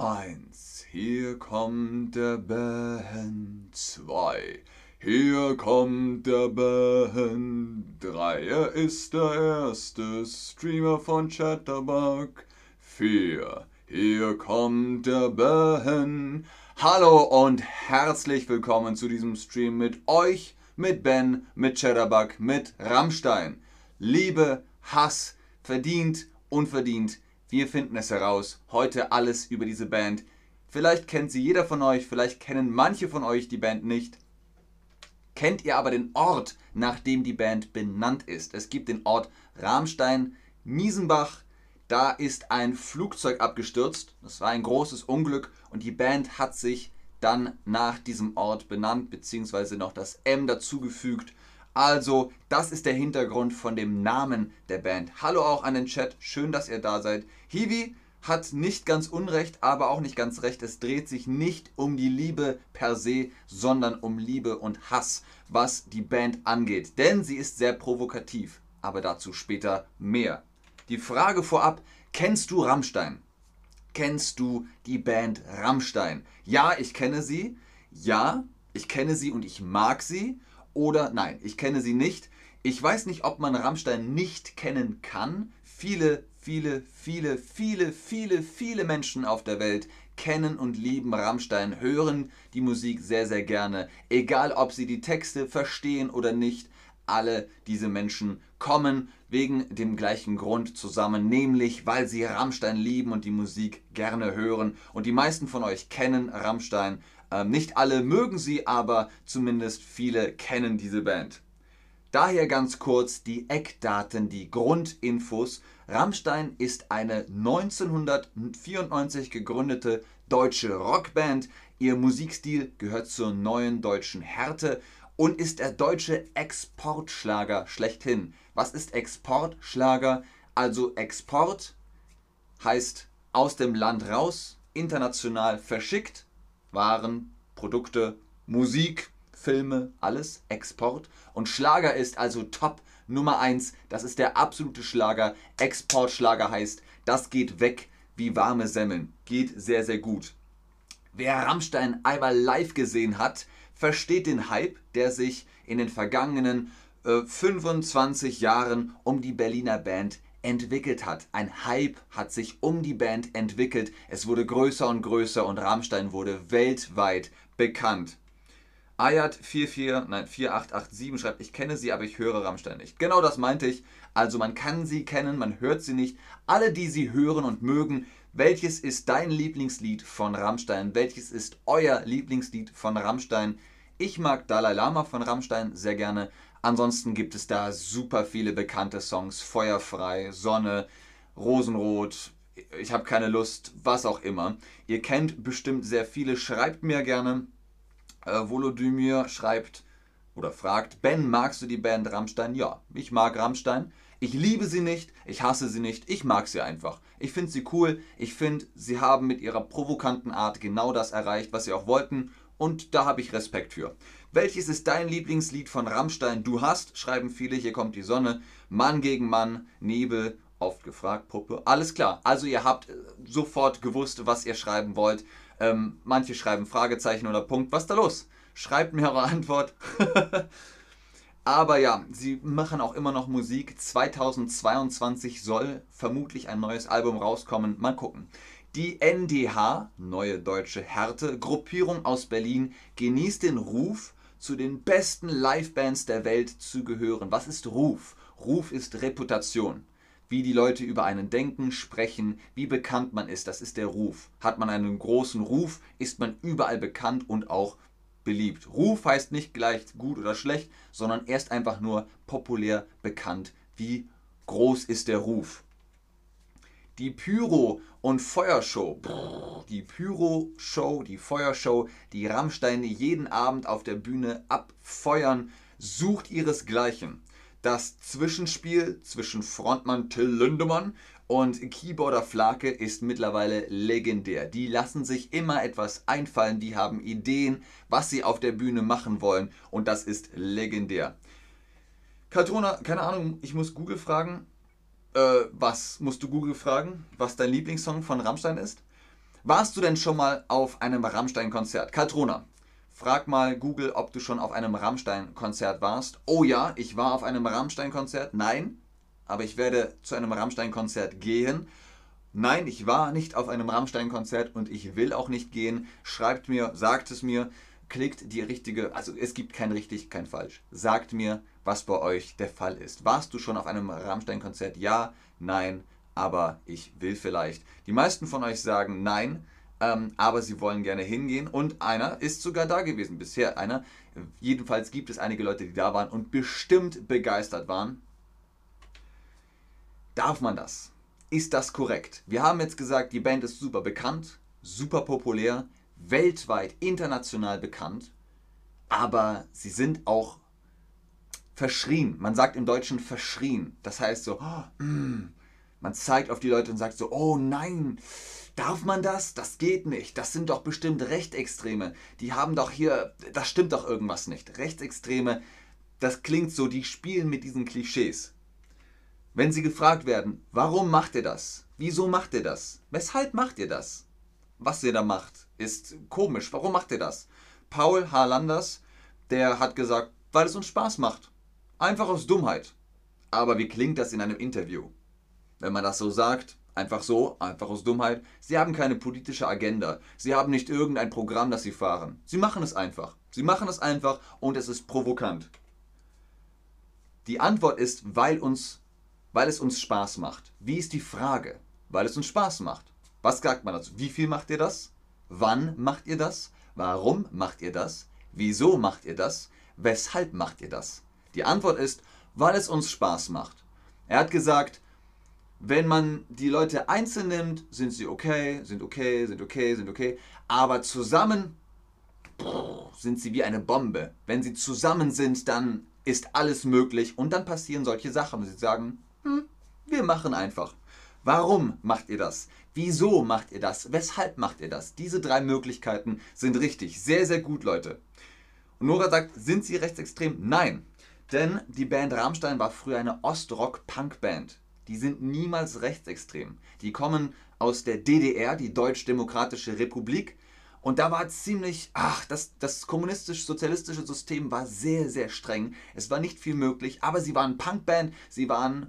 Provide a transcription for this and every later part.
Eins, hier kommt der Band. Zwei, hier kommt der Band. Drei, er ist der erste Streamer von Chatterbug. Vier, hier kommt der Band. Hallo und herzlich willkommen zu diesem Stream mit euch, mit Ben, mit Chatterbug, mit Rammstein. Liebe, Hass, verdient, unverdient. Wir finden es heraus. Heute alles über diese Band. Vielleicht kennt sie jeder von euch, vielleicht kennen manche von euch die Band nicht. Kennt ihr aber den Ort, nach dem die Band benannt ist? Es gibt den Ort Ramstein-Miesenbach. Da ist ein Flugzeug abgestürzt. Das war ein großes Unglück und die Band hat sich dann nach diesem Ort benannt, beziehungsweise noch das M dazugefügt. Also, das ist der Hintergrund von dem Namen der Band. Hallo auch an den Chat, schön, dass ihr da seid. Hiwi hat nicht ganz unrecht, aber auch nicht ganz recht. Es dreht sich nicht um die Liebe per se, sondern um Liebe und Hass, was die Band angeht. Denn sie ist sehr provokativ, aber dazu später mehr. Die Frage vorab, kennst du Rammstein? Kennst du die Band Rammstein? Ja, ich kenne sie. Ja, ich kenne sie und ich mag sie. Oder nein, ich kenne sie nicht. Ich weiß nicht, ob man Rammstein nicht kennen kann. Viele Menschen auf der Welt kennen und lieben Rammstein, hören die Musik sehr, sehr gerne. Egal, ob sie die Texte verstehen oder nicht. Alle diese Menschen kommen wegen dem gleichen Grund zusammen, nämlich weil sie Rammstein lieben und die Musik gerne hören. Und die meisten von euch kennen Rammstein. Nicht alle mögen sie, aber zumindest viele kennen diese Band. Daher ganz kurz die Eckdaten, die Grundinfos. Rammstein ist eine 1994 gegründete deutsche Rockband. Ihr Musikstil gehört zur neuen deutschen Härte und ist der deutsche Exportschlager schlechthin. Was ist Exportschlager? Also Export heißt aus dem Land raus, international verschickt. Waren, Produkte, Musik, Filme, alles Export. Und Schlager ist also Top Nummer 1. Das ist der absolute Schlager. Exportschlager heißt, das geht weg wie warme Semmeln. Geht sehr, sehr gut. Wer Rammstein einmal live gesehen hat, versteht den Hype, der sich in den vergangenen 25 Jahren um die Berliner Band entwickelt hat. Ein Hype hat sich um die Band entwickelt. Es wurde größer und größer und Rammstein wurde weltweit bekannt. Ayat4887 schreibt, ich kenne sie, aber ich höre Rammstein nicht. Genau das meinte ich. Also man kann sie kennen, man hört sie nicht. Alle, die sie hören und mögen, welches ist dein Lieblingslied von Rammstein? Welches ist euer Lieblingslied von Rammstein? Ich mag Dalai Lama von Rammstein sehr gerne. Ansonsten gibt es da super viele bekannte Songs. Feuerfrei, Sonne, Rosenrot, ich habe keine Lust, was auch immer. Ihr kennt bestimmt sehr viele. Schreibt mir gerne. Volodymyr schreibt oder fragt, Ben, magst du die Band Rammstein? Ja, ich mag Rammstein. Ich liebe sie nicht, ich hasse sie nicht, ich mag sie einfach. Ich finde sie cool, ich finde, sie haben mit ihrer provokanten Art genau das erreicht, was sie auch wollten und da habe ich Respekt für. Welches ist dein Lieblingslied von Rammstein? Du hast, schreiben viele, hier kommt die Sonne, Mann gegen Mann, Nebel, oft gefragt, Puppe. Alles klar, also ihr habt sofort gewusst, was ihr schreiben wollt. Manche schreiben Fragezeichen oder Punkt. Was ist da los? Schreibt mir eure Antwort. Aber ja, sie machen auch immer noch Musik. 2022 soll vermutlich ein neues Album rauskommen. Mal gucken. Die NDH, Neue Deutsche Härte, Gruppierung aus Berlin, genießt den Ruf, zu den besten Livebands der Welt zu gehören. Was ist Ruf? Ruf ist Reputation. Wie die Leute über einen denken, sprechen, wie bekannt man ist, das ist der Ruf. Hat man einen großen Ruf, ist man überall bekannt und auch beliebt. Ruf heißt nicht gleich gut oder schlecht, sondern erst einfach nur populär bekannt. Wie groß ist der Ruf? Die Pyro- und Feuershow. Die Pyro-Show, die Feuershow, die Rammstein jeden Abend auf der Bühne abfeuern, sucht ihresgleichen. Das Zwischenspiel zwischen Frontmann Till Lindemann und Keyboarder Flake ist mittlerweile legendär. Die lassen sich immer etwas einfallen, die haben Ideen, was sie auf der Bühne machen wollen und das ist legendär. Katrona, keine Ahnung, ich muss Google fragen. Was musst du Google fragen, was dein Lieblingssong von Rammstein ist? Warst du denn schon mal auf einem Rammstein-Konzert? Kaltrona, frag mal Google, ob du schon auf einem Rammstein-Konzert warst. Oh ja, ich war auf einem Rammstein-Konzert. Nein, aber ich werde zu einem Rammstein-Konzert gehen. Nein, ich war nicht auf einem Rammstein-Konzert und ich will auch nicht gehen. Schreibt mir, sagt es mir, klickt die richtige, also es gibt kein richtig, kein falsch. Sagt mir, was bei euch der Fall ist. Warst du schon auf einem Rammstein-Konzert? Ja, nein, aber ich will vielleicht. Die meisten von euch sagen nein, aber sie wollen gerne hingehen und einer ist sogar da gewesen, bisher einer. Jedenfalls gibt es einige Leute, die da waren und bestimmt begeistert waren. Darf man das? Ist das korrekt? Wir haben jetzt gesagt, die Band ist super bekannt, super populär, weltweit, international bekannt, aber sie sind auch verschrien. Man sagt im Deutschen verschrien. Das heißt so, man zeigt auf die Leute und sagt so, oh nein, darf man das? Das geht nicht. Das sind doch bestimmt Rechtsextreme. Die haben doch hier, das stimmt doch irgendwas nicht. Rechtsextreme, das klingt so, die spielen mit diesen Klischees. Wenn sie gefragt werden, warum macht ihr das? Wieso macht ihr das? Weshalb macht ihr das? Was ihr da macht, ist komisch. Warum macht ihr das? Paul H. Landers, der hat gesagt, weil es uns Spaß macht. Einfach aus Dummheit. Aber wie klingt das in einem Interview? Wenn man das so sagt, einfach so, einfach aus Dummheit. Sie haben keine politische Agenda. Sie haben nicht irgendein Programm, das sie fahren. Sie machen es einfach. Sie machen es einfach und es ist provokant. Die Antwort ist, weil es uns Spaß macht. Wie ist die Frage? Weil es uns Spaß macht. Was sagt man dazu? Wie viel macht ihr das? Wann macht ihr das? Warum macht ihr das? Wieso macht ihr das? Weshalb macht ihr das? Die Antwort ist, weil es uns Spaß macht. Er hat gesagt, wenn man die Leute einzeln nimmt, sind sie okay, sind okay, sind okay, sind okay. Aber zusammen sind sie wie eine Bombe. Wenn sie zusammen sind, dann ist alles möglich und dann passieren solche Sachen. Sie sagen, wir machen einfach. Warum macht ihr das? Wieso macht ihr das? Weshalb macht ihr das? Diese 3 Möglichkeiten sind richtig. Sehr, sehr gut, Leute. Und Nora sagt, sind sie rechtsextrem? Nein. Denn die Band Rammstein war früher eine Ostrock-Punk-Band. Die sind niemals rechtsextrem. Die kommen aus der DDR, die Deutsch-Demokratische Republik. Und da war ziemlich, das kommunistisch-sozialistische System war sehr, sehr streng. Es war nicht viel möglich, aber sie waren Punkband, sie waren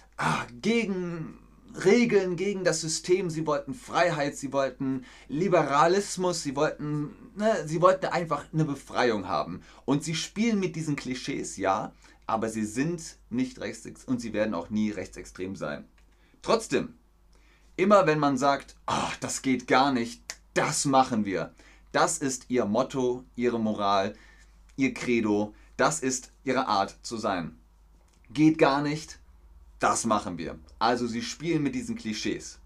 gegen Regeln, gegen das System, sie wollten Freiheit, sie wollten Liberalismus, sie wollten einfach eine Befreiung haben. Und sie spielen mit diesen Klischees, ja, aber sie sind nicht rechtsextrem und sie werden auch nie rechtsextrem sein. Trotzdem, immer wenn man sagt, das geht gar nicht, das machen wir. Das ist ihr Motto, ihre Moral, ihr Credo. Das ist ihre Art zu sein. Geht gar nicht, das machen wir. Also sie spielen mit diesen Klischees.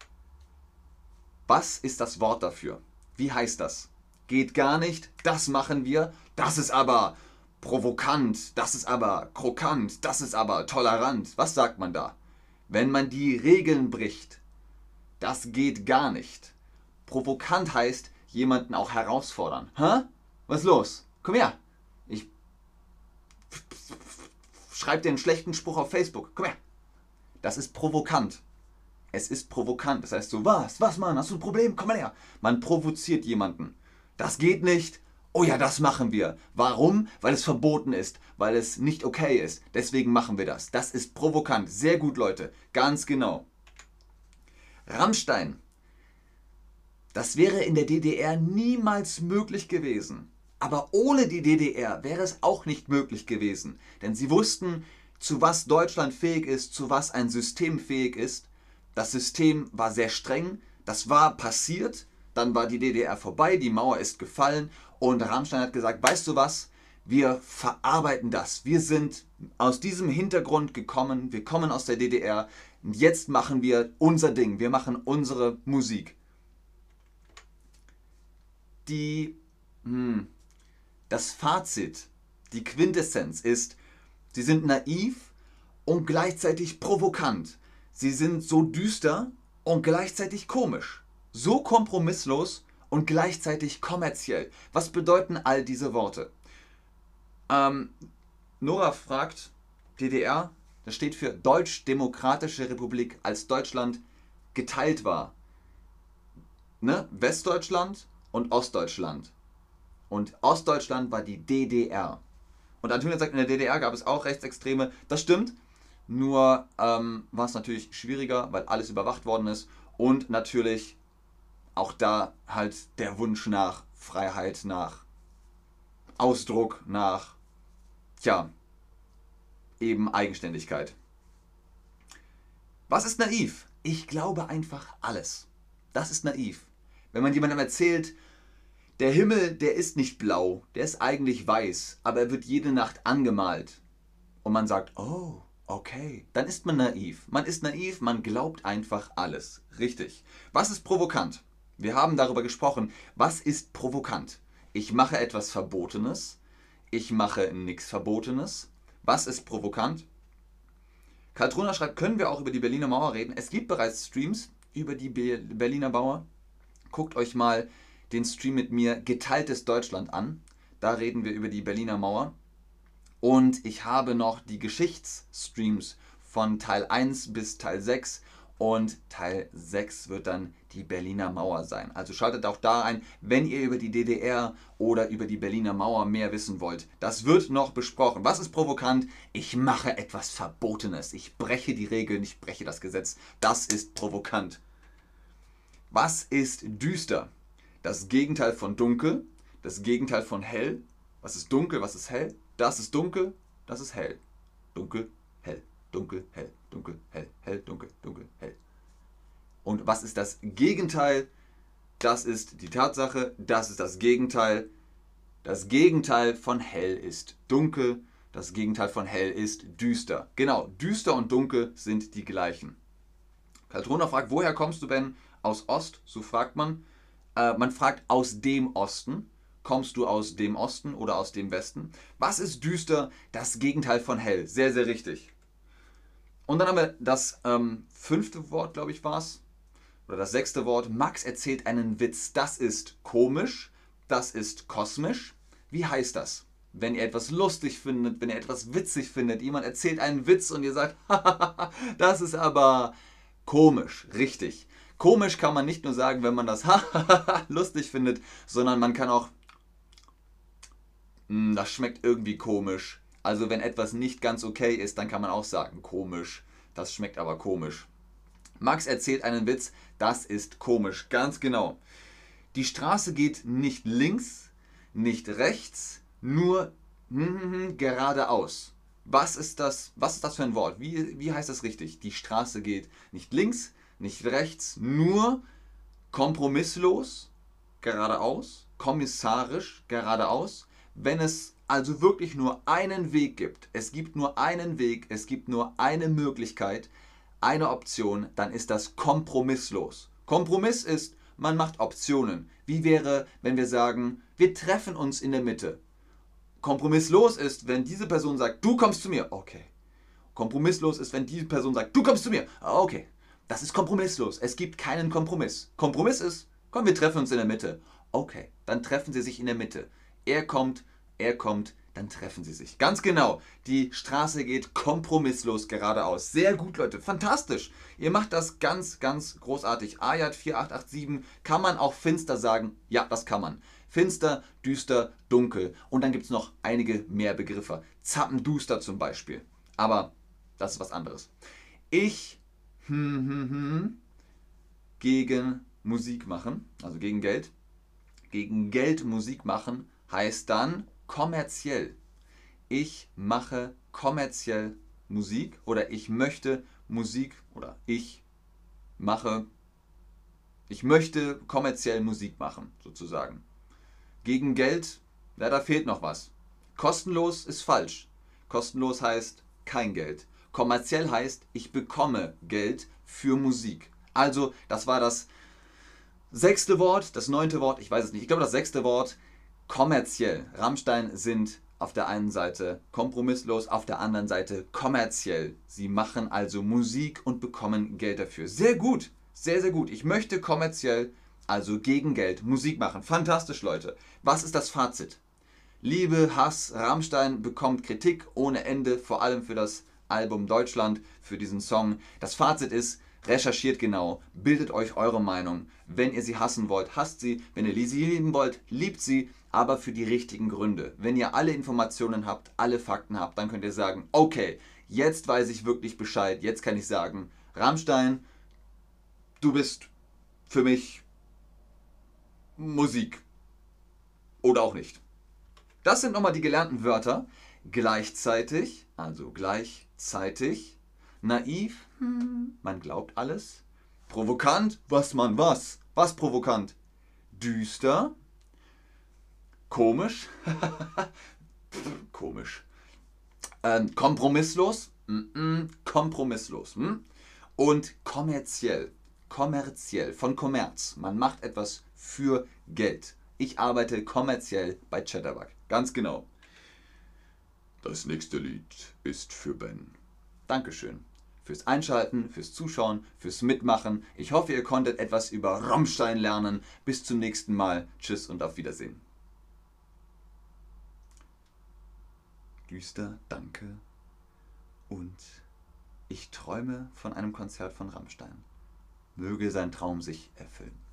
Was ist das Wort dafür? Wie heißt das? Geht gar nicht, das machen wir. Das ist aber provokant, das ist aber krokant, das ist aber tolerant. Was sagt man da? Wenn man die Regeln bricht, das geht gar nicht. Provokant heißt, jemanden auch herausfordern. Hä? Was ist los? Komm her. Ich schreib dir einen schlechten Spruch auf Facebook. Komm her. Das ist provokant. Es ist provokant. Das heißt so, was, Mann? Hast du ein Problem? Komm mal her. Man provoziert jemanden. Das geht nicht. Oh ja, das machen wir. Warum? Weil es verboten ist. Weil es nicht okay ist. Deswegen machen wir das. Das ist provokant. Sehr gut, Leute. Ganz genau. Rammstein. Das wäre in der DDR niemals möglich gewesen. Aber ohne die DDR wäre es auch nicht möglich gewesen. Denn sie wussten, zu was Deutschland fähig ist, zu was ein System fähig ist. Das System war sehr streng, das war passiert, dann war die DDR vorbei, die Mauer ist gefallen und Rammstein hat gesagt, weißt du was, wir verarbeiten das. Wir sind aus diesem Hintergrund gekommen, wir kommen aus der DDR und jetzt machen wir unser Ding, wir machen unsere Musik. Das Fazit, die Quintessenz ist, sie sind naiv und gleichzeitig provokant. Sie sind so düster und gleichzeitig komisch. So kompromisslos und gleichzeitig kommerziell. Was bedeuten all diese Worte? Nora fragt, DDR, das steht für Deutsch-Demokratische Republik, als Deutschland geteilt war. ne, Westdeutschland und Ostdeutschland. Und Ostdeutschland war die DDR. Und Antonia sagt, in der DDR gab es auch Rechtsextreme. Das stimmt. Nur war es natürlich schwieriger, weil alles überwacht worden ist. Und natürlich auch da halt der Wunsch nach Freiheit, nach Ausdruck, nach, tja, eben Eigenständigkeit. Was ist naiv? Ich glaube einfach alles. Das ist naiv. Wenn man jemandem erzählt, der Himmel, der ist nicht blau, der ist eigentlich weiß, aber er wird jede Nacht angemalt. Und man sagt, oh, okay, dann ist man naiv. Man ist naiv, man glaubt einfach alles. Richtig. Was ist provokant? Wir haben darüber gesprochen. Was ist provokant? Ich mache etwas Verbotenes. Ich mache nichts Verbotenes. Was ist provokant? Kaltrona schreibt, können wir auch über die Berliner Mauer reden? Es gibt bereits Streams über die Berliner Mauer. Guckt euch mal den Stream mit mir Geteiltes Deutschland an. Da reden wir über die Berliner Mauer. Und ich habe noch die Geschichtsstreams von Teil 1 bis Teil 6. Und Teil 6 wird dann die Berliner Mauer sein. Also schaltet auch da ein, wenn ihr über die DDR oder über die Berliner Mauer mehr wissen wollt. Das wird noch besprochen. Was ist provokant? Ich mache etwas Verbotenes. Ich breche die Regeln, ich breche das Gesetz. Das ist provokant. Was ist düster? Das Gegenteil von dunkel, das Gegenteil von hell. Was ist dunkel, was ist hell? Das ist dunkel, das ist hell. Dunkel, hell, dunkel, hell, dunkel, hell, hell, dunkel, dunkel, hell. Und was ist das Gegenteil? Das ist die Tatsache, das ist das Gegenteil. Das Gegenteil von hell ist dunkel, das Gegenteil von hell ist düster. Genau, düster und dunkel sind die gleichen. Kaltrona fragt, woher kommst du, Ben? Aus Ost, so fragt man. Man fragt aus dem Osten. Kommst du aus dem Osten oder aus dem Westen? Was ist düster? Das Gegenteil von hell. Sehr, sehr richtig. Und dann haben wir das 5. Wort, glaube ich, war es. Oder das 6. Wort. Max erzählt einen Witz. Das ist komisch. Das ist kosmisch. Wie heißt das? Wenn ihr etwas lustig findet, wenn ihr etwas witzig findet, jemand erzählt einen Witz und ihr sagt, das ist aber komisch. Richtig. Komisch kann man nicht nur sagen, wenn man das lustig findet, sondern man kann auch, das schmeckt irgendwie komisch. Also wenn etwas nicht ganz okay ist, dann kann man auch sagen, komisch. Das schmeckt aber komisch. Max erzählt einen Witz, das ist komisch. Ganz genau. Die Straße geht nicht links, nicht rechts, nur geradeaus. Was ist das für ein Wort? Wie heißt das richtig? Die Straße geht nicht links, nicht rechts, nur kompromisslos, geradeaus, kommissarisch, geradeaus. Wenn es also wirklich nur einen Weg gibt, es gibt nur einen Weg, es gibt nur eine Möglichkeit, eine Option, dann ist das kompromisslos. Kompromiss ist, man macht Optionen. Wie wäre, wenn wir sagen, wir treffen uns in der Mitte? Kompromisslos ist, wenn diese Person sagt, du kommst zu mir. Okay. Kompromisslos ist, wenn diese Person sagt, du kommst zu mir. Okay. Das ist kompromisslos. Es gibt keinen Kompromiss. Kompromiss ist, komm, wir treffen uns in der Mitte. Okay, dann treffen sie sich in der Mitte. Er kommt, dann treffen sie sich. Ganz genau. Die Straße geht kompromisslos geradeaus. Sehr gut, Leute. Fantastisch. Ihr macht das ganz, ganz großartig. Ayat 4887. Kann man auch finster sagen? Ja, das kann man. Finster, düster, dunkel. Und dann gibt es noch einige mehr Begriffe. Zappenduster zum Beispiel. Aber das ist was anderes. Ich gegen Musik machen, also gegen Geld. Gegen Geld Musik machen heißt dann kommerziell. Ich mache kommerziell Musik oder ich möchte Musik oder ich möchte kommerziell Musik machen, sozusagen. Gegen Geld, ja, da fehlt noch was. Kostenlos ist falsch. Kostenlos heißt kein Geld. Kommerziell heißt, ich bekomme Geld für Musik. Also, das war das 6. Wort, das 9. Wort, ich weiß es nicht. Ich glaube, das 6. Wort, kommerziell. Rammstein sind auf der einen Seite kompromisslos, auf der anderen Seite kommerziell. Sie machen also Musik und bekommen Geld dafür. Sehr gut, sehr, sehr gut. Ich möchte kommerziell, also gegen Geld, Musik machen. Fantastisch, Leute. Was ist das Fazit? Liebe, Hass, Rammstein bekommt Kritik ohne Ende, vor allem für das Album Deutschland, für diesen Song. Das Fazit ist, Recherchiert genau, bildet euch eure Meinung. Wenn ihr sie hassen wollt, hasst sie. Wenn ihr sie lieben wollt, liebt sie, aber für die richtigen Gründe. Wenn ihr alle Informationen habt, alle Fakten habt, dann könnt ihr sagen, okay, jetzt weiß ich wirklich Bescheid. Jetzt kann ich sagen, Rammstein, du bist für mich Musik. Oder auch nicht. Das sind nochmal die gelernten Wörter. Gleichzeitig, also gleichzeitig. Naiv, man glaubt alles. Provokant, was? Was provokant? Düster. Komisch. Komisch. Kompromisslos. Kompromisslos. Und kommerziell. Kommerziell. Von Kommerz. Man macht etwas für Geld. Ich arbeite kommerziell bei Chatterbug. Ganz genau. Das nächste Lied ist für Ben. Dankeschön fürs Einschalten, fürs Zuschauen, fürs Mitmachen. Ich hoffe, ihr konntet etwas über Rammstein lernen. Bis zum nächsten Mal. Tschüss und auf Wiedersehen. Düster, danke. Und ich träume von einem Konzert von Rammstein. Möge sein Traum sich erfüllen.